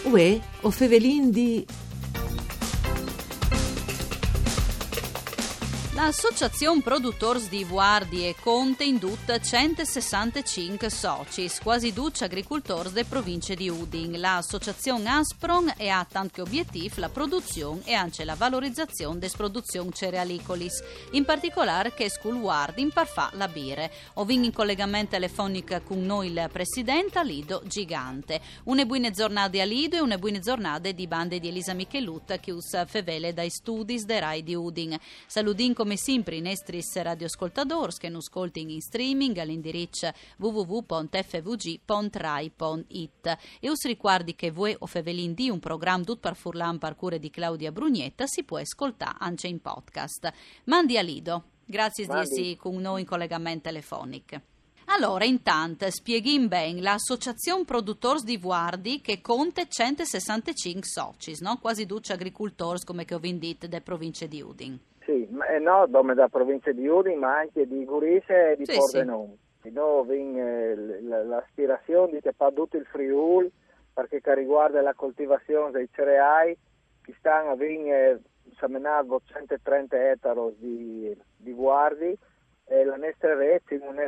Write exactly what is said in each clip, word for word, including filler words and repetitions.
Uè, o fevelin di... L'Associazione Produttors di Vuardi e Conte indut centosessantacinque socis, quasi duc agricultors de province di Udin. L'associazione Aspron e ha tanto obiettivo la produzione e anche la valorizzazione des produzioni cerealicolis, in particolare che scul Vuardi in parfà la bire. Ovin in collegamento telefonico con noi il presidente Lido Gigante. Une buone giornate a Lido e une buone giornate di bande di Elisa Michelutta che us fevele dai studi de Rai di Udin. Saludin come sempre i nostri radioascoltatori che non ascoltano in streaming all'indirizzo w w w punto f v g punto rai punto i t e us ricordi che voi o fevelin di un programma tutto per furlan parcure di Claudia Brugnetta si può ascoltare anche in podcast. Mandi a Lido, grazie di essere con noi in collegamento telefonico. Allora, intanto, spieghi bene l'Associazione Produttors di Vuardi che conta centosessantacinque socis, no? Quasi duci agricultori, come che ho vendito, da province di Udin. Sì, ma, eh, no, dome da provincia di Udin, ma anche di Gurisse e di Sì, Pordenone. Sì. No, vin, eh, l'aspirazione di che fa tutto il Friuli, perché che riguarda la coltivazione dei cereali, che stanno a venire seminando centotrenta ettari di, di Vuardi, e la nostra rete, una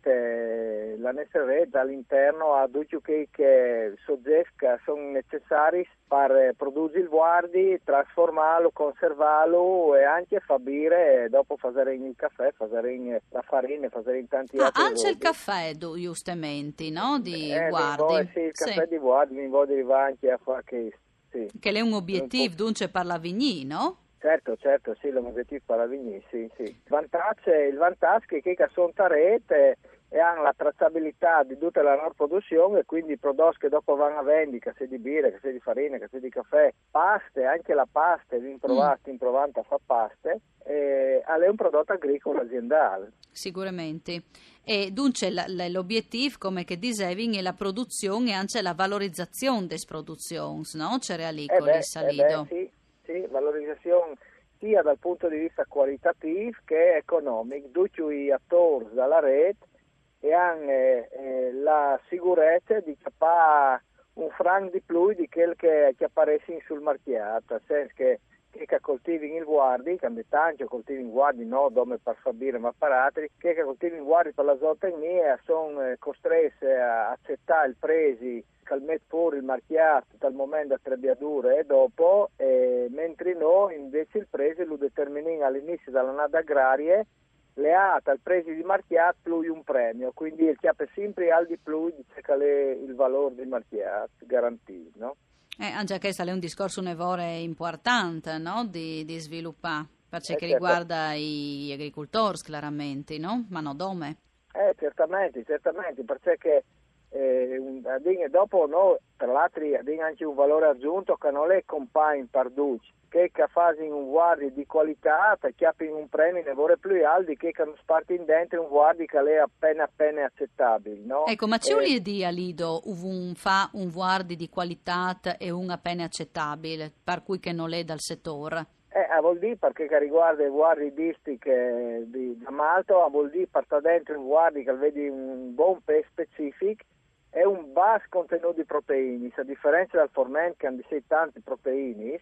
rete, la nostra rete all'interno ha tutti quei che soggetti che sono necessari per produrre il Vuardi, trasformarlo, conservarlo e anche fabire e dopo fare il caffè, fare la farina, fare in tanti ah, altri anche robi. Il caffè, giustamente, no? Di eh, Vuardi. Vuoi, sì, il caffè sì. di Vuardi mi vuole arrivare anche a fare che... Sì. Che è un obiettivo, dunque, per la Vigny, no? Certo, certo, sì, l'obiettivo per la Vigny, sì, sì. Il vantaggio, il vantaggio è che sono rete e hanno la tracciabilità di tutta la loro produzione e quindi i prodotti che dopo vanno a vendere, che sia di birra, che sia di farina, che sia di caffè, paste, anche la pasta, vi improvate, mm. improvante a fare paste, e è un prodotto agricolo aziendale. Sicuramente. E dunque l'obiettivo, come che dicevi, è la produzione e anche la valorizzazione delle produzioni, no? Cerealicoli, eh beh, Salido. Eh beh, sì. Sì, valorizzazione sia dal punto di vista qualitativo che economico, tutti gli attori dalla rete e hanno eh, la sicurezza di capire un franco di più di quel che, che appare sul mercato, nel senso che che coltivi il Vuardi, che tanti coltivi il Vuardi no dove per fabire ma per altri, che coltivi il Vuardi per la zootecnia sono costretti a accettare il prezzi che mette fuori il marchiato dal momento a trebbiature e dopo, eh, mentre noi invece il prezzo lo determiniamo all'inizio dell'annata agraria, le ha al prezzo di marchiato più un premio, quindi il chiappe sempre al di più di che è il valore del marchiato garantito, no? Eh, anche questo è un discorso un'evore importante, no? Di, di sviluppare, per ciò eh, che certo. riguarda gli agricoltori, chiaramente, no? Ma no, dome? Eh, certamente, certamente, perché eh, un, dopo no, tra l'altro ha anche un valore aggiunto che non è compagno per duci, che fanno un Vuardi di qualità, che hanno un premio ne vorrei più alti, che non sparti in dentro un Vuardi che è appena appena accettabile, no? Ecco, ma c'è eh, un'idea, Lido, un fa un Vuardi di qualità e un appena accettabile, per cui che non è dal settore? Eh, vuol dire perché che riguarda i Vuardi disti che di, da Malta, vuol dire porta dentro un Vuardi che vedi un buon peso specifico e un basso contenuto di proteine, a differenza del forment che hanno tanti proteine,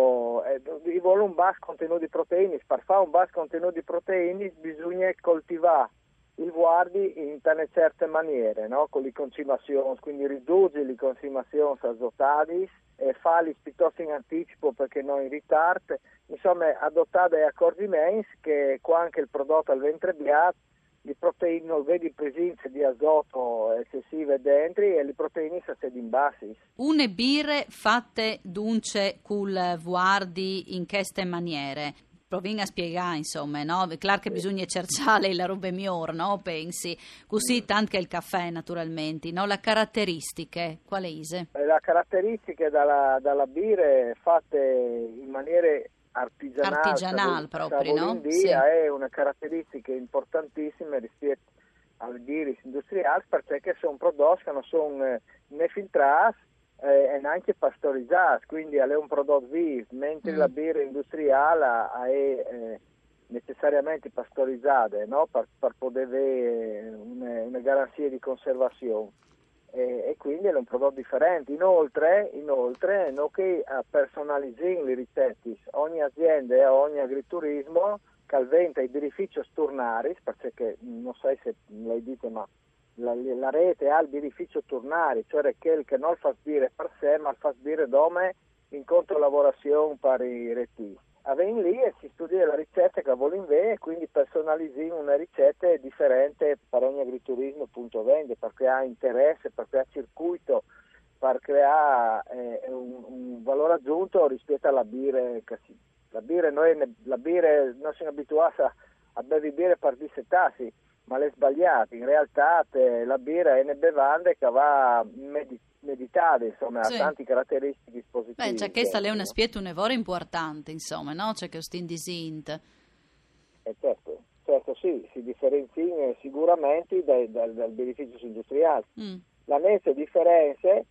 o eh, vuole un basso contenuto di proteine, per fare un basso contenuto di proteine bisogna coltivare il Vuardi in tante certe maniere, no? Con le consumazioni, quindi ridurre le consumazioni azotali e farli piuttosto in anticipo perché non in ritardo, insomma adottare degli accorgimenti che qua anche il prodotto al ventre bianco le proteine non vedi presenza di azoto eccessive dentro e le proteine sono in bassi. Une birre fatte dunque col Vuardi in queste maniere? Proviamo a spiegare, insomma, no? Claro che sì. Bisogna cercare la roba migliore, no? Pensi. Così mm. tanto che il caffè, naturalmente, no? Le caratteristiche, quali sono? Le caratteristiche dalla, dalla birra fatte in maniere artigianale, artigianale proprio, no? Dia, sì. È una caratteristica importantissima rispetto alle birre industriali perché sono prodotti che non sono né filtrati eh, e neanche pastorizzati, quindi è un prodotto vivo, mentre mm. la birra industriale è eh, necessariamente pastorizzata, no? per, per poter avere una, una garanzia di conservazione. e, e quindi è un prodotto differente. Inoltre, inoltre non che personalizzare le ricette, ogni azienda e ogni agriturismo calventa i benefici turnari, perché non so se l'hai detto, ma la, la rete ha il beneficio turnari, cioè quel che non fa sbire per sé, ma fa sbire dome in controlavorazione per i reti. Avven lì e si studia la ricetta che vuole invece e quindi personalizzi una ricetta differente per ogni agriturismo punto vende, per creare interesse, per creare circuito, per creare eh, un, un valore aggiunto rispetto alla birra che si La birra, noi ne, la birra non siamo abituati a, a bere birra per dissetarsi, ma è sbagliato. In realtà te, la birra è una bevanda che va medi, meditata, insomma, sì. Ha tanti caratteristiche positive. Beh, c'è questa è una spietta un'evore importante, insomma, no? C'è che stin disint. Eh, certo, certo sì, si differenzia sicuramente dai, dal, dal beneficio industriale. Mm. La netta differenza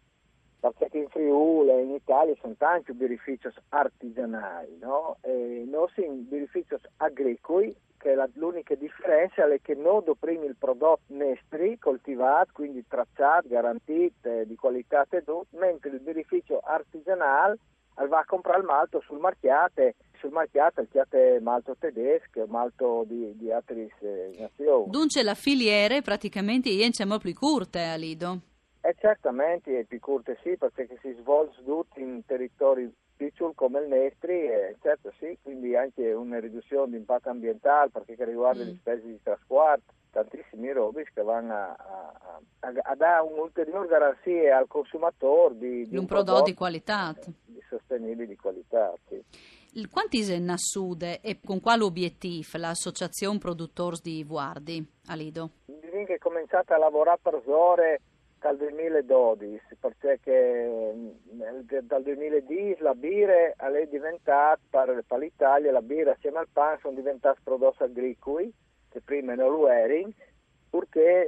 perché in Friuli e in Italia sono tanti benefici artigianali, no? E noi siamo benefici agricoli, che la, l'unica differenza è che noi doprimi il prodotto nestri, coltivato, quindi tracciato, garantito, eh, di qualità e tutto, mentre il beneficio artigianale va a comprare il malto sul marchiato, sul marchiato il chiate malto tedesco, malto di, di altre eh, nazioni. Dunque la filiera praticamente è un più corta a Lido? Eh, certamente è più corto sì, perché si svolge tutto in territori piccoli come il Nestri, eh, certo sì, quindi anche una riduzione di impatto ambientale perché che riguarda mm. le spese di trasporto, tantissimi robi che vanno a, a, a, a dare un'ulteriore garanzia al consumatore di, di un, un prodotto, prodotto di qualità, eh, di sostenibile di qualità. Sì. Quanti se nassude e con quale obiettivo l'associazione produttori di Vuardi a Lido? Direi che è cominciata a lavorare per ore dal duemiladodici, perché dal duemiladieci la birra è diventata, per, per l'Italia, la birra assieme al pane sono diventati prodotti agricoli, che prima non lo erano, purché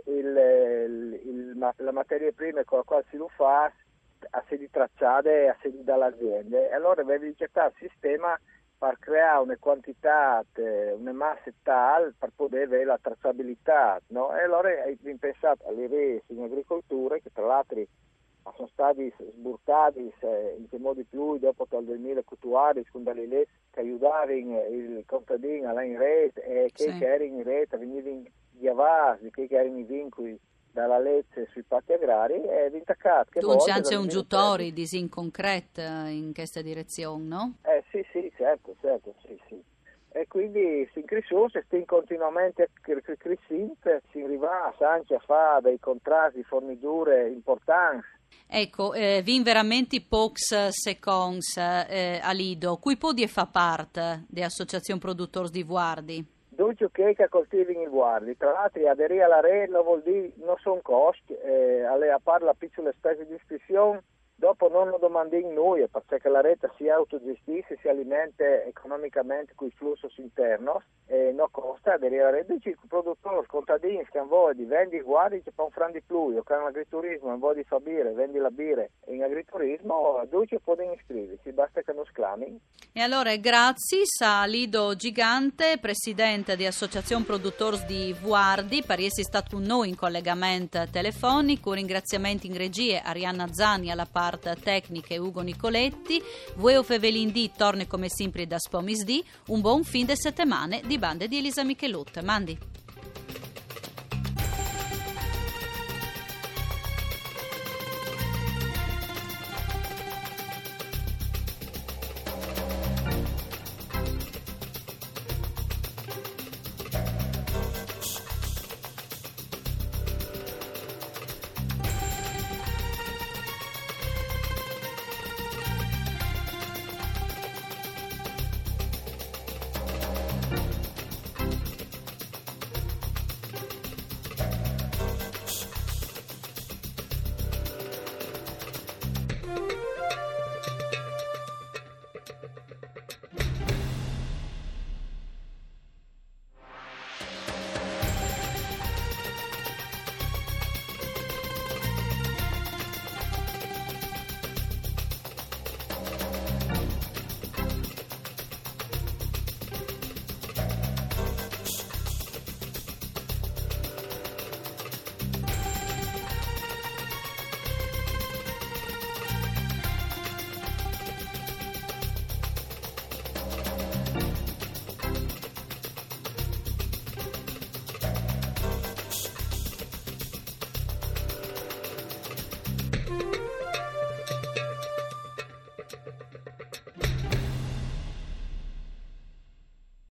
il, il, il, la materia prima con la quale si lo fa ha sedi tracciate e ha sedi dall'azienda. E allora deve cercare il sistema per creare una quantità, una massa tale per poter avere la tracciabilità, no? E allora abbiamo pensato alle reti in agricoltura, che tra l'altro sono stati sburtati in che modi più dopo dal duemilaquattordici con delle leggi che aiutavano il contadino alla in rete e che sì. erano in rete venivano chiavati, che erano i vincoli dalla legge sui patti agrari e vintacat. Dunque c'è un giutori di in concreto in questa direzione, no? Eh sì, sì, certo, certo, sì, sì. E quindi si incresce, si continuamente crescendo, si arriva anche a fare dei contratti di forniture importanti. Ecco, eh, vin veramente pochi secondi eh, a Lido, cui può di fa parte dell'associazione produttori di Vuardi? Dunque che coltivano i guardi, tra l'altro aderire alla rete non vuol dire non sono costi, eh, a parte la piccola spese di iscrizione, dopo non lo domandiamo noi, perché la rete si autogestisce, si alimenta economicamente con i flussi interni, e non costa aderire alla rete. Dunque il produttore, il contadino che hanno voglia di vendere i guardi, che fa un fran di più, o che hanno agriturismo, hanno voglia di fare birra, vendi la birra in agriturismo, dunque possono iscriversi, basta che non sclami. E allora grazie a Lido Gigante, presidente di Associazione Produttori di Vuardi, per essere stato con noi in collegamento telefonico. Ringraziamenti in regie Arianna Zani alla parte tecnica e Ugo Nicoletti. Vueo Fevelindì torna come sempre da Spomisdì. Un buon fin de settimane di bande di Elisa Michelut. Mandi.